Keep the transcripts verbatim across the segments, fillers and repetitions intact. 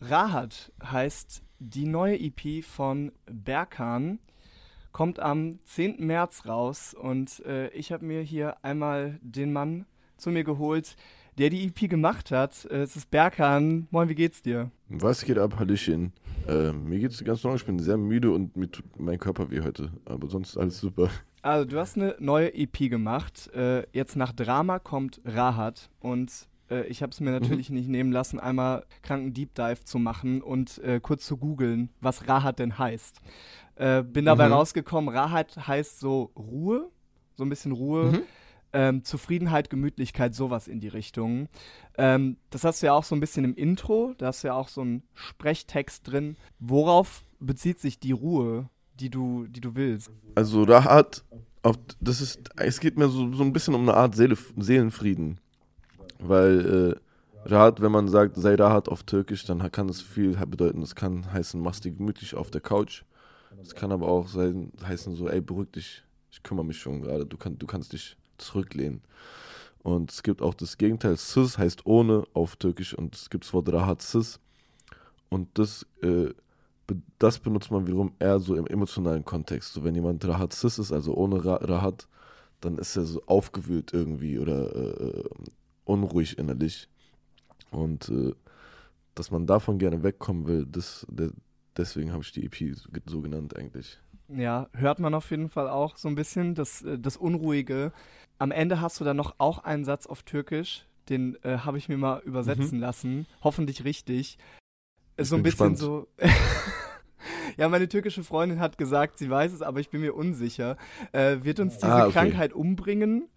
Rahat heißt die neue E P von Berkan, kommt am zehnten März raus und äh, ich habe mir hier einmal den Mann zu mir geholt, der die E P gemacht hat. Äh, es ist Berkan. Moin, wie geht's dir? Was geht ab, Hallöchen? Äh, mir geht's ganz normal, ich bin sehr müde und mir tut mein Körper weh heute, aber sonst alles super. Also du hast eine neue E P gemacht. Äh, jetzt nach Drama kommt Rahat und äh, ich habe es mir natürlich mhm. nicht nehmen lassen, einmal kranken Deep Dive zu machen und äh, kurz zu googeln, was Rahat denn heißt. Äh, bin dabei mhm. rausgekommen, Rahat heißt so Ruhe, so ein bisschen Ruhe, mhm. ähm, Zufriedenheit, Gemütlichkeit, sowas in die Richtung. Ähm, das hast du ja auch so ein bisschen im Intro, da hast du ja auch so einen Sprechtext drin. Worauf bezieht sich die Ruhe, die du, die du willst? Also Rahat, auf, das ist, es geht mir so, so ein bisschen um eine Art Seele, Seelenfrieden, weil äh, Rahat, wenn man sagt, sei Rahat auf Türkisch, dann kann es viel bedeuten. Das kann heißen, machst dich gemütlich auf der Couch. Das kann aber auch sein, heißen so, ey, beruhig dich, ich kümmere mich schon gerade, du, kann, du kannst dich zurücklehnen. Und es gibt auch das Gegenteil, Sis heißt ohne auf Türkisch und es gibt das Wort Rahat Sis. Und das, äh, be- das benutzt man wiederum eher so im emotionalen Kontext. So, wenn jemand Rahat Sis ist, also ohne Ra- Rahat, dann ist er so aufgewühlt irgendwie oder äh, unruhig innerlich. Und äh, dass man davon gerne wegkommen will, das, der, deswegen habe ich die E P so genannt eigentlich. Ja, hört man auf jeden Fall auch so ein bisschen, das, das Unruhige. Am Ende hast du dann noch auch einen Satz auf Türkisch, den äh, habe ich mir mal übersetzen mhm. lassen, hoffentlich richtig. Ich so ein bin bisschen gespannt. so... Ja, meine türkische Freundin hat gesagt, sie weiß es, aber ich bin mir unsicher. Äh, wird uns diese ah, okay. Krankheit umbringen?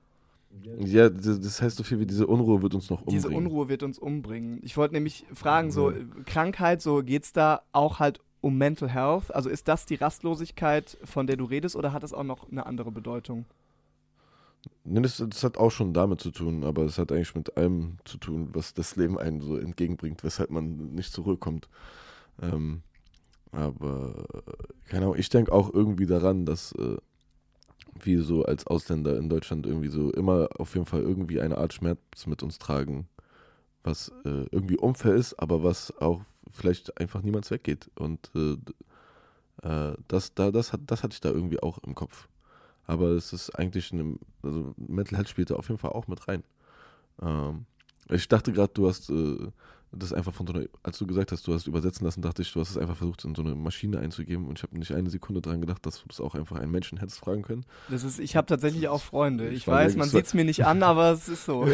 Ja, das, das heißt so viel wie diese Unruhe wird uns noch umbringen. Diese Unruhe wird uns umbringen. Ich wollte nämlich fragen, so ja. Krankheit, so geht's da auch halt um Mental Health? Also ist das die Rastlosigkeit, von der du redest, oder hat das auch noch eine andere Bedeutung? Nee, das, das hat auch schon damit zu tun, aber es hat eigentlich mit allem zu tun, was das Leben einem so entgegenbringt, weshalb man nicht zur Ruhe kommt. Ähm, aber, keine Ahnung, ich denke auch irgendwie daran, dass äh, wir so als Ausländer in Deutschland irgendwie so immer auf jeden Fall irgendwie eine Art Schmerz mit uns tragen, was äh, irgendwie unfair ist, aber was auch vielleicht einfach niemals weggeht. Und äh, äh, das, da, das, hat, das hatte ich da irgendwie auch im Kopf. Aber es ist eigentlich, eine, also Mental Health spielt da auf jeden Fall auch mit rein. Ähm, ich dachte gerade, du hast äh, das einfach von so einer, als du gesagt hast, du hast übersetzen lassen, dachte ich, du hast es einfach versucht, in so eine Maschine einzugeben und ich habe nicht eine Sekunde dran gedacht, dass du das auch einfach einen Menschen hättest fragen können. Das ist, ich habe tatsächlich auch Freunde. Ich, ich weiß, man sieht es mir nicht an, aber es ist so.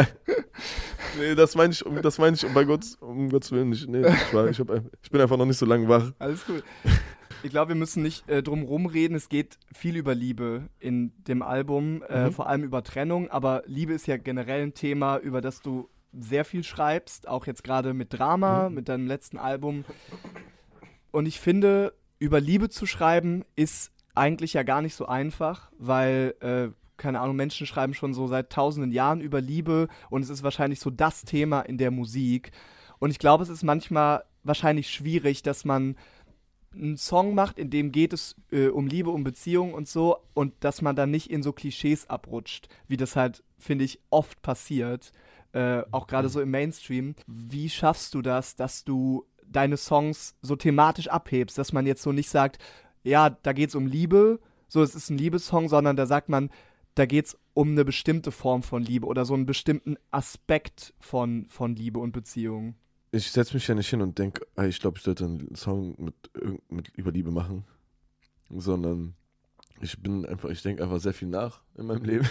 Nee, das meine ich, das meine ich, um bei Gott, um Gottes Willen nicht. Nee, ich, war, ich, hab, ich bin einfach noch nicht so lange wach. Alles gut. Ich glaube, wir müssen nicht äh, drum rumreden. Es geht viel über Liebe in dem Album, äh, mhm. vor allem über Trennung. Aber Liebe ist ja generell ein Thema, über das du sehr viel schreibst, auch jetzt gerade mit Drama, mhm. mit deinem letzten Album. Und ich finde, über Liebe zu schreiben ist eigentlich ja gar nicht so einfach, weil, äh, keine Ahnung, Menschen schreiben schon so seit tausenden Jahren über Liebe und es ist wahrscheinlich so das Thema in der Musik. Und ich glaube, es ist manchmal wahrscheinlich schwierig, dass man einen Song macht, in dem geht es äh, um Liebe, um Beziehungen und so und dass man dann nicht in so Klischees abrutscht, wie das halt, finde ich, oft passiert. Äh, auch gerade so im Mainstream. Wie schaffst du das, dass du deine Songs so thematisch abhebst, dass man jetzt so nicht sagt, ja, da geht's um Liebe, so es ist ein Liebessong, sondern da sagt man, da geht's um eine bestimmte Form von Liebe oder so einen bestimmten Aspekt von, von Liebe und Beziehung. Ich setze mich ja nicht hin und denke, ich glaube, ich sollte einen Song mit, mit über Liebe machen, sondern ich bin einfach, ich denke einfach sehr viel nach in meinem Leben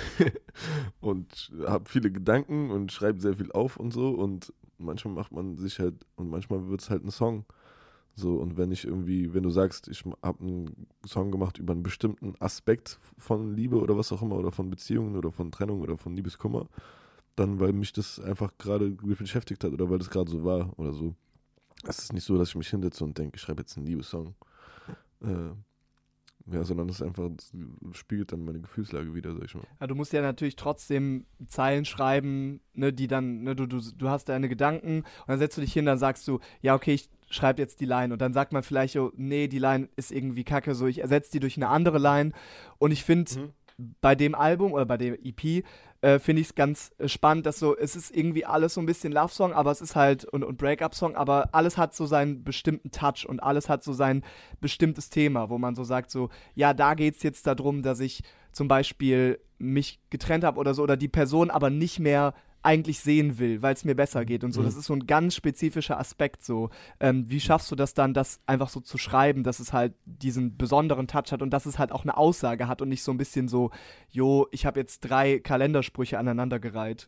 und habe viele Gedanken und schreibe sehr viel auf und so und manchmal macht man sich halt und manchmal wird es halt ein Song. So, und wenn ich irgendwie, wenn du sagst, ich habe einen Song gemacht über einen bestimmten Aspekt von Liebe oder was auch immer oder von Beziehungen oder von Trennung oder von Liebeskummer, dann weil mich das einfach gerade beschäftigt hat oder weil das gerade so war oder so. Es ist nicht so, dass ich mich hinsetze und denke, ich schreibe jetzt einen Liebessong. Äh, Ja, sondern das einfach das spiegelt dann meine Gefühlslage wieder, sag ich mal. Ja, du musst ja natürlich trotzdem Zeilen schreiben, ne, die dann, ne, du, du, du hast deine Gedanken und dann setzt du dich hin, dann sagst du, ja, okay, ich schreibe jetzt die Line und dann sagt man vielleicht, oh, nee, die Line ist irgendwie kacke, so ich ersetze die durch eine andere Line und ich finde, mhm. bei dem Album oder bei der E P äh, finde ich es ganz äh, spannend, dass so, es ist irgendwie alles so ein bisschen Love-Song, aber es ist halt, und, und Break-Up-Song, aber alles hat so seinen bestimmten Touch und alles hat so sein bestimmtes Thema, wo man so sagt, so, ja, da geht es jetzt darum, dass ich zum Beispiel mich getrennt habe oder so, oder die Person aber nicht mehr eigentlich sehen will, weil es mir besser geht und so. Mhm. Das ist so ein ganz spezifischer Aspekt so. Ähm, wie schaffst du das dann, das einfach so zu schreiben, dass es halt diesen besonderen Touch hat und dass es halt auch eine Aussage hat und nicht so ein bisschen so, jo, ich habe jetzt drei Kalendersprüche aneinandergereiht.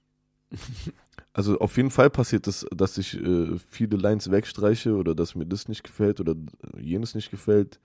Also auf jeden Fall passiert es, dass ich äh, viele Lines wegstreiche oder dass mir das nicht gefällt oder jenes nicht gefällt.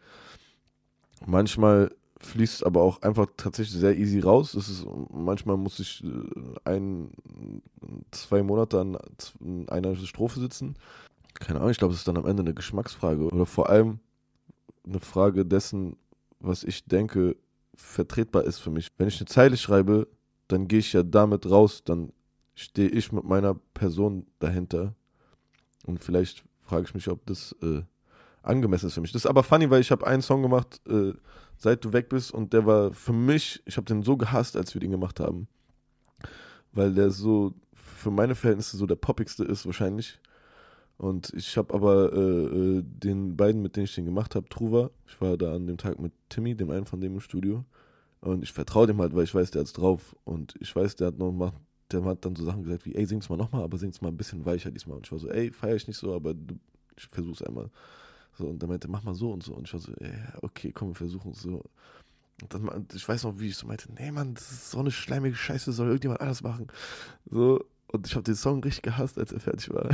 Manchmal fließt aber auch einfach tatsächlich sehr easy raus. Es ist, manchmal muss ich äh, ein, zwei Monate an, an einer Strophe sitzen. Keine Ahnung, ich glaube, es ist dann am Ende eine Geschmacksfrage oder vor allem eine Frage dessen, was ich denke, vertretbar ist für mich. Wenn ich eine Zeile schreibe, dann gehe ich ja damit raus, dann stehe ich mit meiner Person dahinter und vielleicht frage ich mich, ob das äh, angemessen ist für mich. Das ist aber funny, weil ich habe einen Song gemacht, äh, Seit du weg bist, und der war für mich, ich habe den so gehasst, als wir den gemacht haben, weil der so für meine Verhältnisse so der poppigste ist wahrscheinlich. Und ich habe aber äh, den beiden, mit denen ich den gemacht habe, Truva, ich war da an dem Tag mit Timmy, dem einen von dem im Studio, und ich vertraue dem halt, weil ich weiß, der hat's drauf, und ich weiß, der hat noch macht, der hat dann so Sachen gesagt wie, ey, sing's mal nochmal, aber sing's mal ein bisschen weicher diesmal. Und ich war so, ey, feier ich nicht so, aber du, ich versuch's einmal. So, und der meinte, mach mal so und so. Und ich war so, ja, okay, komm, wir versuchen es so. Und dann, ich weiß noch, wie ich so meinte, nee, Mann, das ist so eine schleimige Scheiße, soll irgendjemand anders machen. So, und ich habe den Song richtig gehasst, als er fertig war.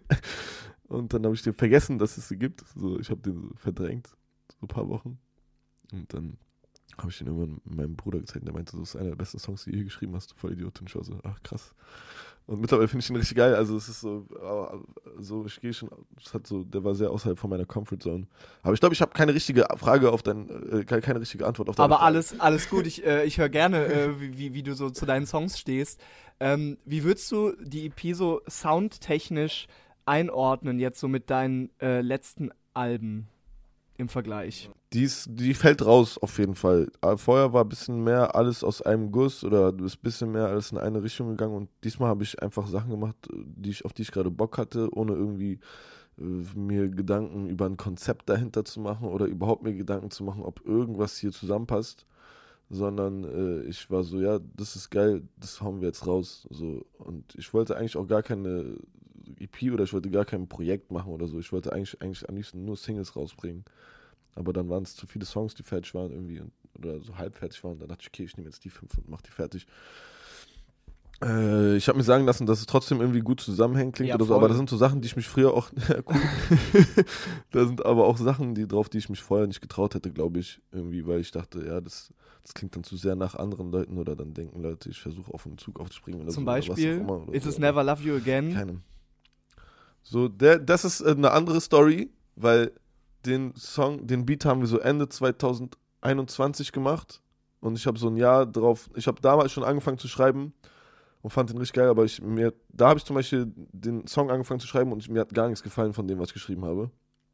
Und dann habe ich den vergessen, dass es sie gibt. So, ich habe den so verdrängt, so ein paar Wochen. Und dann habe ich den irgendwann meinem Bruder gezeigt, der meinte, das ist einer der besten Songs, die du je geschrieben hast, du voll Idiot. Und ich war so, ach krass. Und mittlerweile finde ich ihn richtig geil. Also es ist so, so ich gehe schon, es hat so, der war sehr außerhalb von meiner Comfortzone. Aber ich glaube, ich habe keine richtige Frage auf dein, äh, keine, keine richtige Antwort auf deine Aber Frage. alles, alles gut. Ich, äh, ich höre gerne, äh, wie, wie du so zu deinen Songs stehst. Ähm, wie würdest du die E P so soundtechnisch einordnen, jetzt so mit deinen äh, letzten Alben im Vergleich? Die, ist, die fällt raus auf jeden Fall. Aber vorher war ein bisschen mehr alles aus einem Guss oder du bist ein bisschen mehr alles in eine Richtung gegangen, und diesmal habe ich einfach Sachen gemacht, die ich, auf die ich gerade Bock hatte, ohne irgendwie äh, mir Gedanken über ein Konzept dahinter zu machen oder überhaupt mir Gedanken zu machen, ob irgendwas hier zusammenpasst, sondern äh, ich war so, ja, das ist geil, das hauen wir jetzt raus. So. Und ich wollte eigentlich auch gar keine E P oder ich wollte gar kein Projekt machen oder so. Ich wollte eigentlich, eigentlich am liebsten nur Singles rausbringen. Aber dann waren es zu viele Songs, die fertig waren irgendwie und, oder so halb fertig waren. Dann dachte ich, okay, ich nehme jetzt die fünf und mach die fertig. Äh, ich habe mir sagen lassen, dass es trotzdem irgendwie gut zusammenhängt, klingt Ja, oder so. voll. Aber das sind so Sachen, die ich mich früher auch, cool. Da sind aber auch Sachen, die drauf, die ich mich vorher nicht getraut hätte, glaube ich. Irgendwie, weil ich dachte, ja, das, das klingt dann zu sehr nach anderen Leuten oder dann denken Leute, ich versuche auf einen Zug aufzuspringen oder Zum so. Beispiel, oder was auch immer, oder Is so. It Never Love You Again? Keinem. So, der, das ist eine andere Story, weil den Song, den Beat haben wir so Ende zwanzig einundzwanzig gemacht, und ich habe so ein Jahr drauf, ich habe damals schon angefangen zu schreiben und fand den richtig geil, aber ich, mir, da habe ich zum Beispiel den Song angefangen zu schreiben und ich, mir hat gar nichts gefallen von dem, was ich geschrieben habe.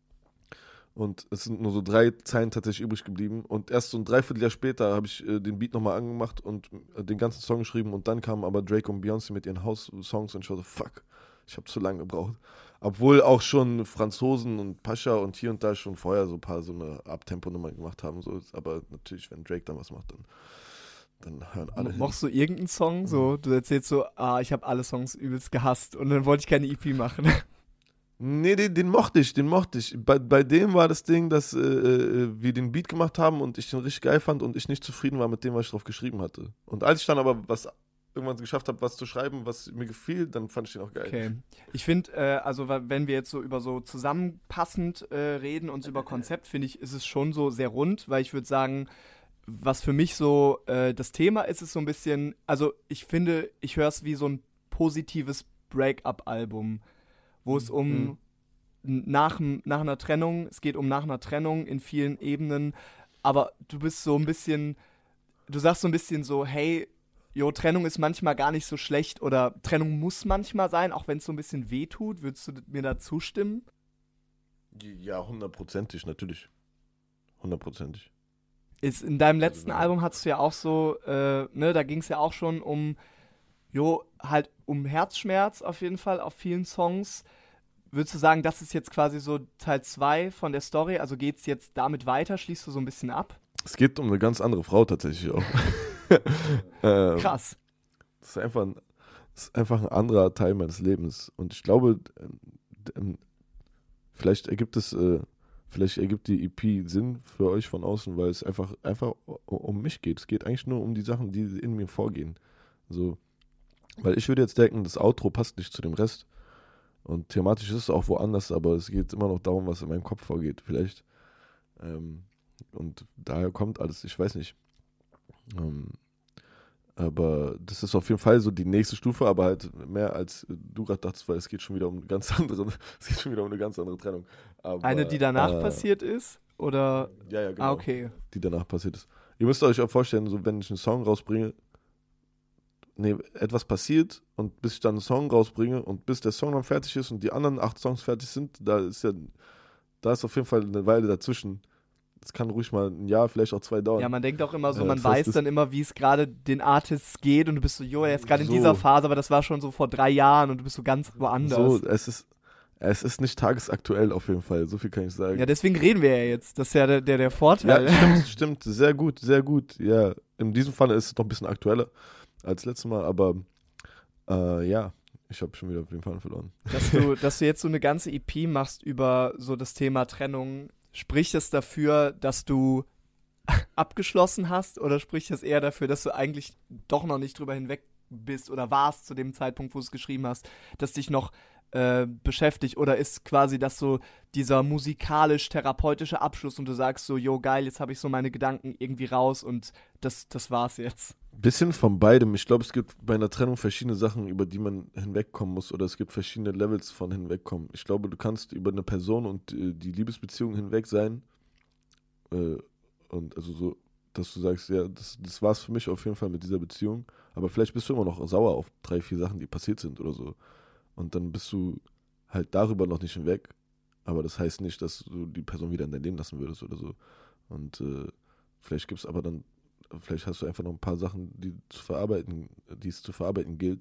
Und es sind nur so drei Zeilen tatsächlich übrig geblieben, und erst so ein Dreivierteljahr später habe ich äh, den Beat nochmal angemacht und äh, den ganzen Song geschrieben, und dann kamen aber Drake und Beyoncé mit ihren House-Songs und ich war so, fuck, ich habe zu lange gebraucht. Obwohl auch schon Franzosen und Pascha und hier und da schon vorher so ein paar so eine Abtempo-Nummern gemacht haben. So. Aber natürlich, wenn Drake dann was macht, dann, dann hören alle hin. Mochst du irgendeinen Song? So, du erzählst so, ah, ich habe alle Songs übelst gehasst und dann wollte ich keine E P machen. Nee, den, den mochte ich, den mochte ich. Bei, bei dem war das Ding, dass äh, äh, wir den Beat gemacht haben und ich den richtig geil fand und ich nicht zufrieden war mit dem, was ich drauf geschrieben hatte. Und als ich dann aber was irgendwann geschafft habe, was zu schreiben, was mir gefiel, dann fand ich den auch geil. Okay. Ich finde, äh, also wenn wir jetzt so über so zusammenpassend äh, reden und über Konzept, finde ich, ist es schon so sehr rund, weil ich würde sagen, was für mich so äh, das Thema ist, ist so ein bisschen, also ich finde, ich höre es wie so ein positives Break-up-Album, wo es um Mhm. nach, nach einer Trennung, es geht um nach einer Trennung in vielen Ebenen, aber du bist so ein bisschen, du sagst so ein bisschen so, hey, jo, Trennung ist manchmal gar nicht so schlecht oder Trennung muss manchmal sein, auch wenn es so ein bisschen wehtut. Würdest du mir da zustimmen? Ja, hundertprozentig, natürlich. Hundertprozentig. Ist in deinem letzten Album hattest du ja auch so, äh, ne, da ging es ja auch schon um, jo, halt um Herzschmerz auf jeden Fall auf vielen Songs. Würdest du sagen, das ist jetzt quasi so Teil zwei von der Story? Also geht's jetzt damit weiter? Schließt du so ein bisschen ab? Es geht um eine ganz andere Frau tatsächlich auch. ähm, Krass. Das ist einfach ein, das ist einfach ein anderer Teil meines Lebens. Und ich glaube, ähm, vielleicht ergibt es, äh, vielleicht ergibt die E P Sinn für euch von außen, weil es einfach, einfach um mich geht. Es geht eigentlich nur um die Sachen, die in mir vorgehen. So, weil ich würde jetzt denken, das Outro passt nicht zu dem Rest. Und thematisch ist es auch woanders, aber es geht immer noch darum, was in meinem Kopf vorgeht, vielleicht. Ähm, und daher kommt alles, ich weiß nicht. Ähm, aber das ist auf jeden Fall so die nächste Stufe, aber halt mehr als du gerade dachtest, weil es geht schon wieder um eine ganz andere, es geht schon wieder um eine ganz andere Trennung. Aber, Eine, die danach äh, passiert ist? Oder? Ja, ja, genau. Ah, okay. Die danach passiert ist. Ihr müsst euch auch vorstellen, so wenn ich einen Song rausbringe, nee, etwas passiert und bis ich dann einen Song rausbringe und bis der Song dann fertig ist und die anderen acht Songs fertig sind, da ist ja, da ist auf jeden Fall eine Weile dazwischen. Das kann ruhig mal ein Jahr, vielleicht auch zwei dauern. Ja, man denkt auch immer so, Ja, man das heißt, weiß dann immer, wie es gerade den Artists geht und du bist so, jo, er ist gerade in So. dieser Phase, aber das war schon so vor drei Jahren und du bist so ganz woanders. So, es ist, es ist nicht tagesaktuell auf jeden Fall, so viel kann ich sagen. Ja, deswegen reden wir ja jetzt. Das ist ja der, der, der Vorteil. Ja, stimmt, stimmt, sehr gut, sehr gut. Ja, in diesem Fall ist es noch ein bisschen aktueller als letztes Mal, aber äh, ja, ich habe schon wieder auf den Faden verloren. Dass du, dass du jetzt so eine ganze E P machst über so das Thema Trennung, spricht das dafür, dass du abgeschlossen hast oder spricht das eher dafür, dass du eigentlich doch noch nicht drüber hinweg bist oder warst zu dem Zeitpunkt, wo du es geschrieben hast, dass dich noch äh, beschäftigt, oder ist quasi das so dieser musikalisch-therapeutische Abschluss und du sagst so, jo geil, jetzt habe ich so meine Gedanken irgendwie raus und das, das war's jetzt? Bisschen von beidem. Ich glaube, es gibt bei einer Trennung verschiedene Sachen, über die man hinwegkommen muss, oder es gibt verschiedene Levels von hinwegkommen. Ich glaube, du kannst über eine Person und äh, die Liebesbeziehung hinweg sein äh, und also so, dass du sagst, ja, das, das war's für mich auf jeden Fall mit dieser Beziehung, aber vielleicht bist du immer noch sauer auf drei, vier Sachen, die passiert sind oder so. Und dann bist du halt darüber noch nicht hinweg, aber das heißt nicht, dass du die Person wieder in dein Leben lassen würdest oder so. Und äh, vielleicht gibt es aber dann, vielleicht hast du einfach noch ein paar Sachen, die zu verarbeiten, die es zu verarbeiten gilt.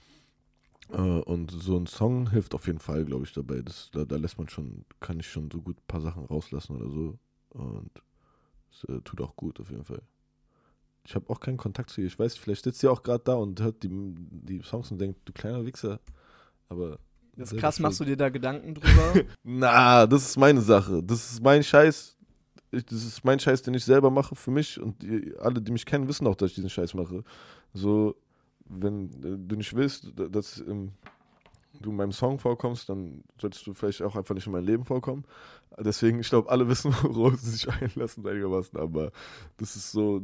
Äh, und so ein Song hilft auf jeden Fall, glaube ich, dabei. Das, da, da lässt man schon, kann ich schon so gut ein paar Sachen rauslassen oder so. Und es äh, tut auch gut auf jeden Fall. Ich habe auch keinen Kontakt zu ihr. Ich weiß, vielleicht sitzt sie auch gerade da und hört die, die Songs und denkt, du kleiner Wichser. Aber das ist krass, machst du dir da Gedanken drüber? Na, das ist meine Sache. Das ist mein Scheiß. Ich, das ist mein Scheiß, den ich selber mache für mich. Und die, alle, die mich kennen, wissen auch, dass ich diesen Scheiß mache. So, wenn äh, du nicht willst, dass ähm, du in meinem Song vorkommst, dann solltest du vielleicht auch einfach nicht in mein Leben vorkommen. Deswegen, ich glaube, alle wissen, worauf sie sich einlassen, einigermaßen. Aber das ist so,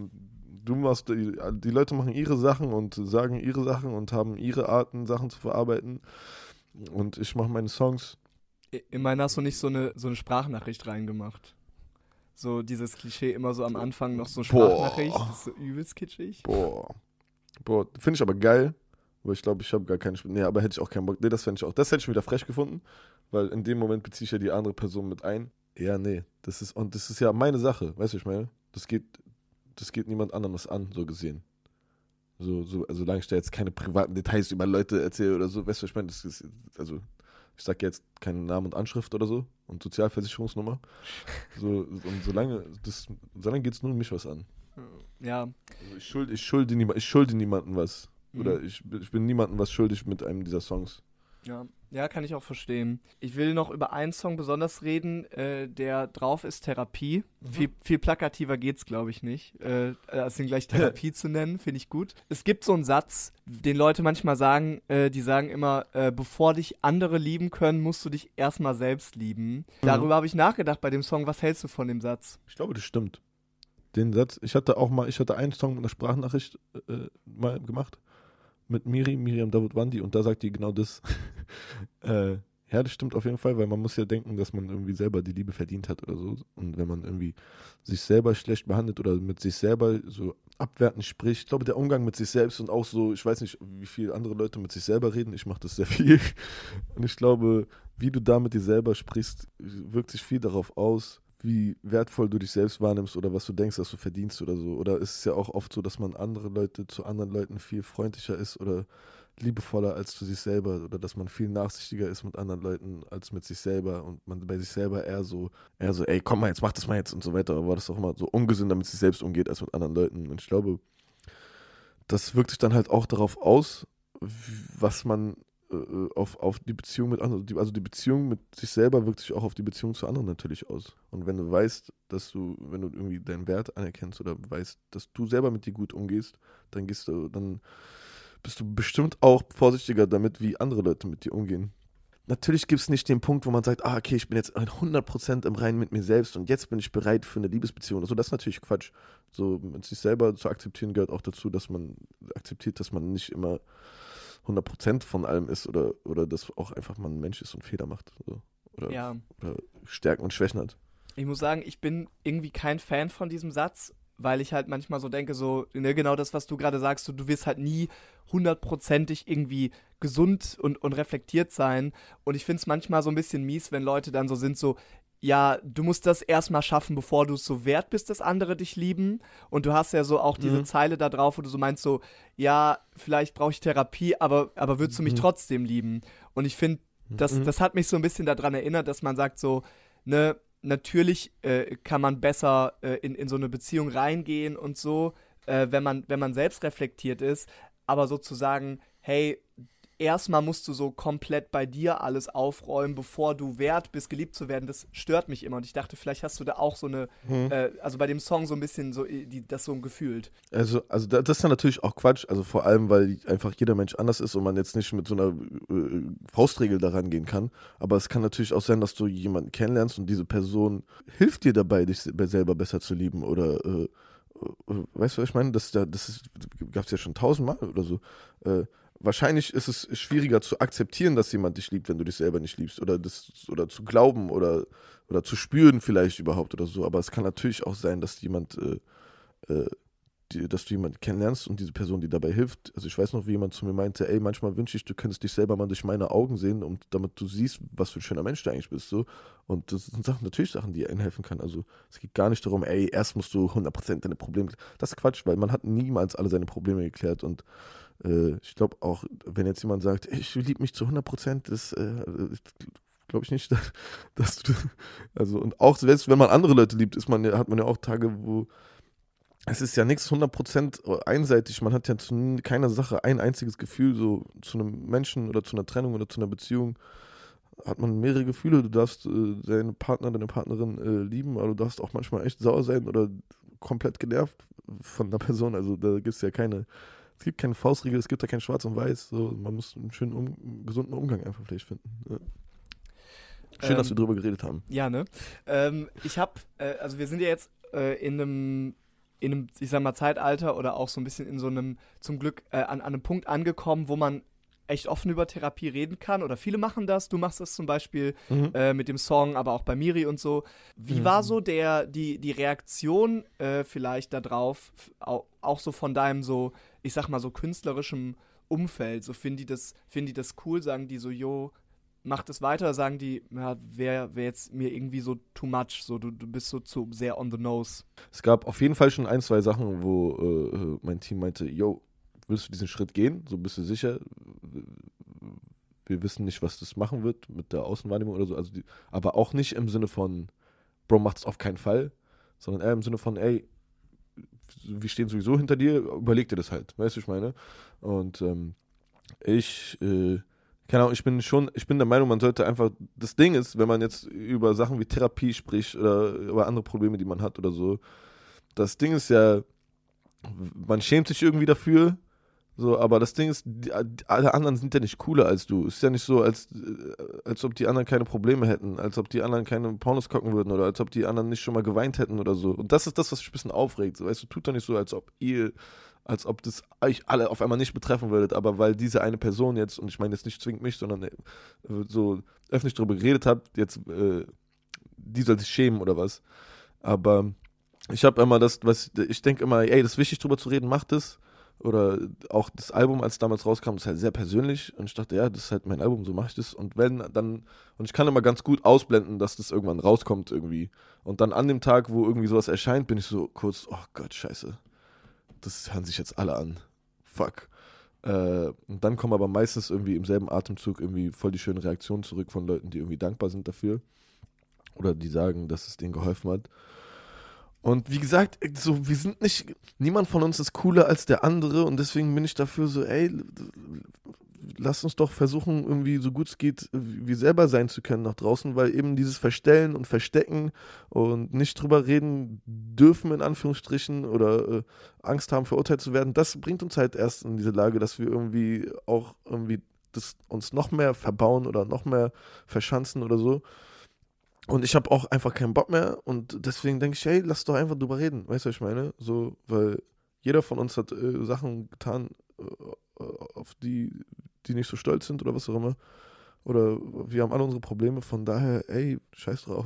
du machst, die, die Leute machen ihre Sachen und sagen ihre Sachen und haben ihre Arten, Sachen zu verarbeiten. Und ich mache meine Songs. Immerhin hast du nicht so eine, so eine Sprachnachricht reingemacht. So dieses Klischee immer so am Anfang noch so Sprachnachricht. Boah. Das ist so übelst kitschig. Boah. Boah, finde ich aber geil. Aber ich glaube, ich habe gar keine Sp- Nee, aber hätte ich auch keinen Bock. Nee, das fände ich auch. Das hätte ich wieder frech gefunden. Weil in dem Moment beziehe ich ja die andere Person mit ein. Ja, nee. Das ist, und das ist ja meine Sache. Weißt du, ich meine? Das geht, das geht niemand anderes an, so gesehen. So, so, also solange ich da jetzt keine privaten Details über Leute erzähle oder so, weißt du, ich meine, das ist, also, ich sage jetzt keinen Namen und Anschrift oder so und Sozialversicherungsnummer. So, und solange, das, solange geht es nur um mich was an. Ja. Also ich schulde, ich schulde, niema, ich schulde niemandem was. Oder Mhm. ich, ich bin niemandem was schuldig mit einem dieser Songs. Ja. Ja, kann ich auch verstehen. Ich will noch über einen Song besonders reden, äh, der drauf ist, Therapie. Mhm. Viel, viel plakativer geht's, glaube ich, nicht. Äh, als ihn gleich Therapie zu nennen, finde ich gut. Es gibt so einen Satz, den Leute manchmal sagen, äh, die sagen immer, äh, bevor dich andere lieben können, musst du dich erstmal selbst lieben. Mhm. Darüber habe ich nachgedacht bei dem Song. Was hältst du von dem Satz? Ich glaube, das stimmt. Den Satz, ich hatte auch mal, ich hatte einen Song mit einer Sprachnachricht äh, mal gemacht. Mit Miri, Miriam Davutwandi, und da sagt die genau das. äh, ja, das stimmt auf jeden Fall, weil man muss ja denken, dass man irgendwie selber die Liebe verdient hat oder so. Und wenn man irgendwie sich selber schlecht behandelt oder mit sich selber so abwertend spricht, ich glaube, der Umgang mit sich selbst und auch so, ich weiß nicht, wie viele andere Leute mit sich selber reden, ich mache das sehr viel. Und ich glaube, wie du da mit dir selber sprichst, wirkt sich viel darauf aus, wie wertvoll du dich selbst wahrnimmst oder was du denkst, dass du verdienst oder so. Oder ist es ja auch oft so, dass man andere Leute zu anderen Leuten viel freundlicher ist oder liebevoller als zu sich selber oder dass man viel nachsichtiger ist mit anderen Leuten als mit sich selber und man bei sich selber eher so, eher so, ey, komm mal jetzt, mach das mal jetzt und so weiter. Aber war das auch immer so ungesünder mit sich selbst umgeht als mit anderen Leuten. Und ich glaube, das wirkt sich dann halt auch darauf aus, was man äh, auf, auf die Beziehung mit anderen, also die Beziehung mit sich selber wirkt sich auch auf die Beziehung zu anderen natürlich aus. Und wenn du weißt, dass du, wenn du irgendwie deinen Wert anerkennst oder weißt, dass du selber mit dir gut umgehst, dann gehst du, dann bist du bestimmt auch vorsichtiger damit, wie andere Leute mit dir umgehen. Natürlich gibt es nicht den Punkt, wo man sagt, ah, okay, ich bin jetzt hundert Prozent im Reinen mit mir selbst und jetzt bin ich bereit für eine Liebesbeziehung. Also das ist natürlich Quatsch. So mit sich selber zu akzeptieren gehört auch dazu, dass man akzeptiert, dass man nicht immer hundert Prozent von allem ist oder, oder dass auch einfach man ein Mensch ist und Fehler macht. So. Oder, Ja. oder Stärken und Schwächen hat. Ich muss sagen, ich bin irgendwie kein Fan von diesem Satz, weil ich halt manchmal so denke, so, ne, genau das, was du gerade sagst, so, du wirst halt nie hundertprozentig irgendwie gesund und, und reflektiert sein. Und ich finde es manchmal so ein bisschen mies, wenn Leute dann so sind, so, ja, du musst das erstmal schaffen, bevor du es so wert bist, dass andere dich lieben. Und du hast ja so auch diese Mhm. Zeile da drauf, wo du so meinst, so, ja, vielleicht brauche ich Therapie, aber, aber würdest du mich Mhm. trotzdem lieben? Und ich finde, das, Mhm. das hat mich so ein bisschen daran erinnert, dass man sagt so, ne, natürlich äh, kann man besser äh, in, in so eine Beziehung reingehen und so, äh, wenn man, wenn man selbst reflektiert ist, aber sozusagen, hey, erstmal musst du so komplett bei dir alles aufräumen, bevor du wert bist, geliebt zu werden, das stört mich immer und ich dachte, vielleicht hast du da auch so eine, Mhm. äh, also bei dem Song so ein bisschen so, die, das so gefühlt. Also, also da- das ist ja natürlich auch Quatsch, also vor allem, weil einfach jeder Mensch anders ist und man jetzt nicht mit so einer äh, Faustregel da rangehen kann, aber es kann natürlich auch sein, dass du jemanden kennenlernst und diese Person hilft dir dabei, dich se- selber besser zu lieben oder äh, äh, weißt du, was ich meine? Das, da- das gab es ja schon tausendmal oder so. Äh, wahrscheinlich ist es schwieriger zu akzeptieren, dass jemand dich liebt, wenn du dich selber nicht liebst oder, das, oder zu glauben oder, oder zu spüren vielleicht überhaupt oder so, aber es kann natürlich auch sein, dass jemand äh, äh, die, dass du jemanden kennenlernst und diese Person dir dabei hilft. Also ich weiß noch, wie jemand zu mir meinte, ey, manchmal wünsche ich, du könntest dich selber mal durch meine Augen sehen, und damit du siehst, was für ein schöner Mensch du eigentlich bist. So. Und das sind Sachen, natürlich Sachen, die einem helfen kann. Also es geht gar nicht darum, ey, erst musst du hundert Prozent deine Probleme. Das ist Quatsch, weil man hat niemals alle seine Probleme geklärt. Und äh, ich glaube auch, wenn jetzt jemand sagt, ich liebe mich zu hundert Prozent, das äh, glaube ich nicht, dass, dass du, also und auch selbst wenn man andere Leute liebt, ist man, hat man ja auch Tage, wo es ist ja nichts hundert Prozent einseitig, man hat ja zu keiner Sache ein einziges Gefühl, so zu einem Menschen oder zu einer Trennung oder zu einer Beziehung hat man mehrere Gefühle, du darfst äh, deinen Partner, deine Partnerin äh, lieben, aber du darfst auch manchmal echt sauer sein oder komplett genervt von einer Person, also da gibt es ja keine, es gibt keine Faustregel, es gibt ja kein Schwarz und Weiß, so, man muss einen schönen, um, gesunden Umgang einfach vielleicht finden. Ja. Schön, Ähm, dass wir drüber geredet haben. Ja, ne? Ähm, ich hab, äh, also wir sind ja jetzt äh, in einem in einem, ich sag mal, Zeitalter oder auch so ein bisschen in so einem, zum Glück, äh, an, an einem Punkt angekommen, wo man echt offen über Therapie reden kann oder viele machen das. Du machst das zum Beispiel Mhm. äh, mit dem Song, aber auch bei Miri und so. Wie Mhm. war so der, die, die Reaktion äh, vielleicht darauf, f- auch, auch so von deinem so, ich sag mal, so künstlerischem Umfeld? So finden die das, finden die das cool, sagen die so, jo, mach das weiter, oder sagen die, ja, wäre wär jetzt mir irgendwie so too much, so du, du bist so zu sehr on the nose. Es gab auf jeden Fall schon ein, zwei Sachen, wo äh, mein Team meinte, yo, willst du diesen Schritt gehen? So bist du sicher? Wir wissen nicht, was das machen wird mit der Außenwahrnehmung oder so. Also die, aber auch nicht im Sinne von, Bro, macht es auf keinen Fall, sondern eher im Sinne von, ey, wir stehen sowieso hinter dir, überleg dir das halt. Weißt du, ich meine? Und ähm, ich, äh, keine Ahnung, ich bin schon, ich bin der Meinung, man sollte einfach, das Ding ist, wenn man jetzt über Sachen wie Therapie spricht oder über andere Probleme, die man hat oder so, das Ding ist ja, man schämt sich irgendwie dafür, so, aber das Ding ist, die, alle anderen sind ja nicht cooler als du. Es ist ja nicht so, als, als ob die anderen keine Probleme hätten, als ob die anderen keine Pornos gucken würden oder als ob die anderen nicht schon mal geweint hätten oder so. Und das ist das, was mich ein bisschen aufregt. So, weißt du, tut doch nicht so, als ob ihr, als ob das euch alle auf einmal nicht betreffen würdet, aber weil diese eine Person jetzt, und ich meine jetzt nicht zwingend mich, sondern äh, so öffentlich darüber geredet hat, jetzt, äh, die soll sich schämen oder was. Aber ich habe immer das, was, ich denke immer, ey, das ist wichtig, drüber zu reden, macht es. oder auch das Album, als es damals rauskam, ist halt sehr persönlich und ich dachte, ja, das ist halt mein Album, so mache ich das und wenn dann, und ich kann immer ganz gut ausblenden, dass das irgendwann rauskommt irgendwie und dann an dem Tag, wo irgendwie sowas erscheint, bin ich so kurz, oh Gott, scheiße, das hören sich jetzt alle an, fuck. Äh, und dann kommen aber meistens irgendwie im selben Atemzug irgendwie voll die schönen Reaktionen zurück von Leuten, die irgendwie dankbar sind dafür oder die sagen, dass es denen geholfen hat. Und wie gesagt, so, wir sind nicht, niemand von uns ist cooler als der andere und deswegen bin ich dafür so, ey, lass uns doch versuchen, irgendwie so gut es geht, wir selber sein zu können nach draußen, weil eben dieses Verstellen und Verstecken und nicht drüber reden dürfen, in Anführungsstrichen, oder äh, Angst haben, verurteilt zu werden, das bringt uns halt erst in diese Lage, dass wir irgendwie auch irgendwie das uns noch mehr verbauen oder noch mehr verschanzen oder so. Und ich habe auch einfach keinen Bock mehr und deswegen denke ich, hey, lass doch einfach drüber reden. Weißt du, was ich meine? So, weil jeder von uns hat äh, Sachen getan, äh, auf die, die nicht so stolz sind oder was auch immer. Oder wir haben alle unsere Probleme, von daher, ey, scheiß drauf.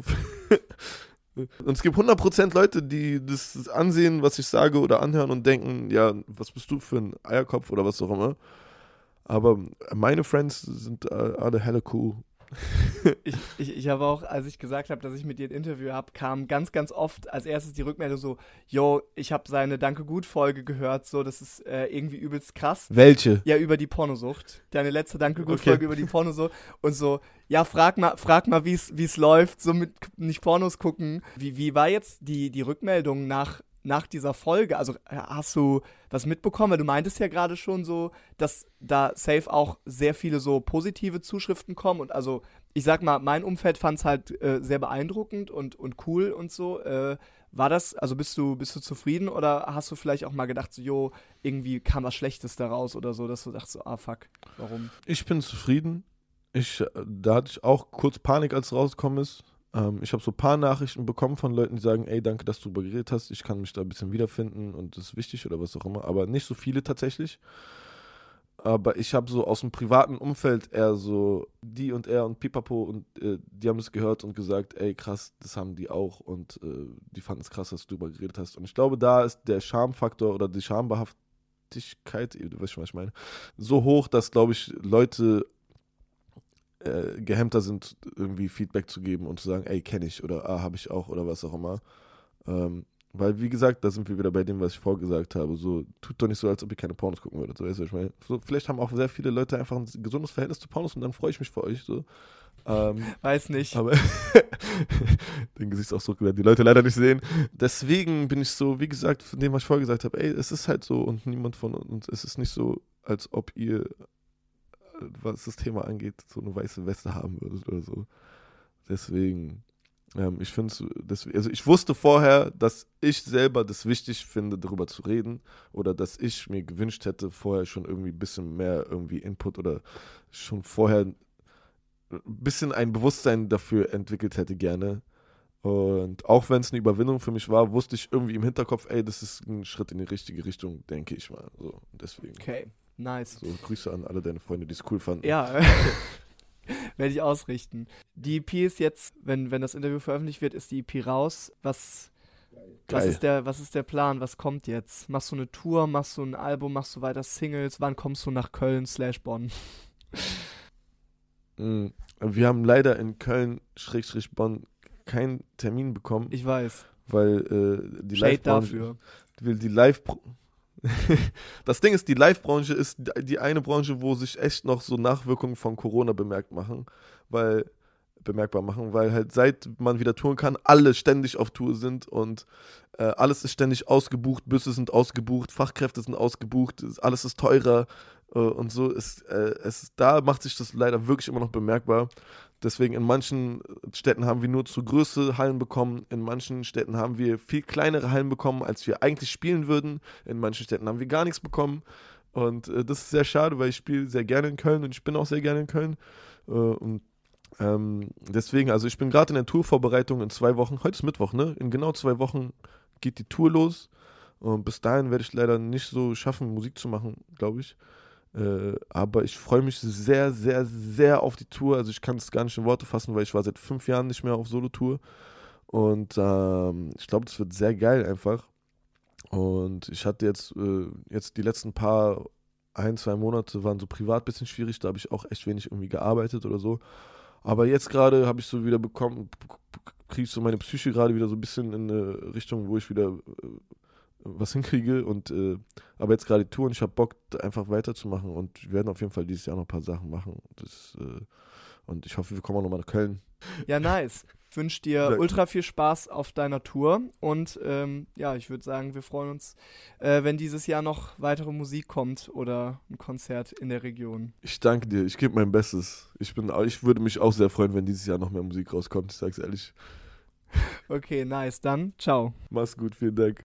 Und es gibt hundert Prozent Leute, die das ansehen, was ich sage oder anhören und denken, ja, was bist du für ein Eierkopf oder was auch immer. Aber meine Friends sind alle hella cool. ich, ich, ich habe auch, als ich gesagt habe, dass ich mit dir ein Interview habe, kam ganz, ganz oft als erstes die Rückmeldung so, yo, ich habe seine Danke-Gut-Folge gehört, so, das ist äh, irgendwie übelst krass. Welche? Ja, über die Pornosucht. Deine letzte Danke-Gut-Folge okay. über die Pornosucht. Und so, ja, frag mal, frag mal, wie es läuft, so mit nicht Pornos gucken. Wie, wie war jetzt die, die Rückmeldung nach nach dieser Folge? Also hast du was mitbekommen? Weil du meintest ja gerade schon so, dass da safe auch sehr viele so positive Zuschriften kommen und also ich sag mal, mein Umfeld fand es halt äh, sehr beeindruckend und, und cool und so. Äh, war das, also bist du, bist du zufrieden oder hast du vielleicht auch mal gedacht, so, jo, irgendwie kam was Schlechtes daraus oder so, dass du dachtest, so, ah fuck, warum? Ich bin zufrieden. Ich, da hatte ich auch kurz Panik, als es rausgekommen ist. Ich habe so ein paar Nachrichten bekommen von Leuten, die sagen, ey, danke, dass du darüber geredet hast, ich kann mich da ein bisschen wiederfinden und das ist wichtig oder was auch immer, aber nicht so viele tatsächlich. Aber ich habe so aus dem privaten Umfeld eher so die und er und Pipapo und äh, die haben es gehört und gesagt, ey, krass, das haben die auch und äh, die fanden es krass, dass du darüber geredet hast. Und ich glaube, da ist der Schamfaktor oder die Schambehaftigkeit, du weißt schon, was ich meine, so hoch, dass, glaube ich, Leute Äh, gehemmter sind, irgendwie Feedback zu geben und zu sagen, ey, kenne ich oder ah, habe ich auch oder was auch immer. Ähm, weil, wie gesagt, da sind wir wieder bei dem, was ich vorgesagt habe. So, tut doch nicht so, als ob ihr keine Pornos gucken würdet. So, weißt du, ich meine, so, vielleicht haben auch sehr viele Leute einfach ein gesundes Verhältnis zu Pornos und dann freue ich mich für euch. So. Ähm, Weiß nicht. Aber den Gesichtsausdruck werden die Leute leider nicht sehen. Deswegen bin ich so, wie gesagt, von dem, was ich vorgesagt habe, ey, es ist halt so und niemand von uns, es ist nicht so, als ob ihr was das Thema angeht, so eine weiße Weste haben würdet oder so. Deswegen, ähm, ich finde es, also ich wusste vorher, dass ich selber das wichtig finde, darüber zu reden oder dass ich mir gewünscht hätte, vorher schon irgendwie ein bisschen mehr irgendwie Input oder schon vorher ein bisschen ein Bewusstsein dafür entwickelt hätte gerne. Und auch wenn es eine Überwindung für mich war, wusste ich irgendwie im Hinterkopf, ey, das ist ein Schritt in die richtige Richtung, denke ich mal. So, deswegen. Okay. Nice. So, Grüße an alle deine Freunde, die es cool fanden. Ja, werde ich ausrichten. Die E P ist jetzt, wenn, wenn das Interview veröffentlicht wird, ist die E P raus. Was, was, ist der, was ist der Plan? Was kommt jetzt? Machst du eine Tour? Machst du ein Album? Machst du weiter Singles? Wann kommst du nach Köln slash Bonn? Wir haben leider in Köln schrägstrich Bonn keinen Termin bekommen. Ich weiß. Weil äh, die Shade Live-Branche dafür. will die Live Das Ding ist, die Live-Branche ist die eine Branche, wo sich echt noch so Nachwirkungen von Corona bemerkt machen, weil, bemerkbar machen, weil halt seit man wieder touren kann, alle ständig auf Tour sind und äh, alles ist ständig ausgebucht, Busse sind ausgebucht, Fachkräfte sind ausgebucht, alles ist teurer äh, und so ist äh, es, da macht sich das leider wirklich immer noch bemerkbar. Deswegen in manchen Städten haben wir nur zu große Hallen bekommen, in manchen Städten haben wir viel kleinere Hallen bekommen, als wir eigentlich spielen würden, in manchen Städten haben wir gar nichts bekommen und äh, das ist sehr schade, weil ich spiele sehr gerne in Köln und ich bin auch sehr gerne in Köln äh, und ähm, deswegen, also ich bin gerade in der Tourvorbereitung in zwei Wochen, heute ist Mittwoch, ne? In genau zwei Wochen geht die Tour los und bis dahin werde ich leider nicht so schaffen, Musik zu machen, glaube ich. Äh, aber ich freue mich sehr, sehr, sehr auf die Tour. Also ich kann es gar nicht in Worte fassen, weil ich war seit fünf Jahren nicht mehr auf Solo-Tour. Und ähm, ich glaube, das wird sehr geil einfach. Und ich hatte jetzt, äh, jetzt die letzten paar, ein, zwei Monate waren so privat ein bisschen schwierig, da habe ich auch echt wenig irgendwie gearbeitet oder so. Aber jetzt gerade habe ich so wieder bekommen, kriege ich so meine Psyche gerade wieder so ein bisschen in eine Richtung, wo ich wieder äh, was hinkriege. Und äh, aber jetzt gerade die Tour und ich habe Bock, da einfach weiterzumachen. Und wir werden auf jeden Fall dieses Jahr noch ein paar Sachen machen. Das, äh, und ich hoffe, wir kommen auch nochmal nach Köln. Ja, nice. Ich wünsche dir Ja. ultra viel Spaß auf deiner Tour und ähm, ja, ich würde sagen, wir freuen uns, äh, wenn dieses Jahr noch weitere Musik kommt oder ein Konzert in der Region. Ich danke dir, ich gebe mein Bestes. Ich, bin, ich würde mich auch sehr freuen, wenn dieses Jahr noch mehr Musik rauskommt, ich sag's ehrlich. Okay, nice. Dann, ciao. Mach's gut, vielen Dank.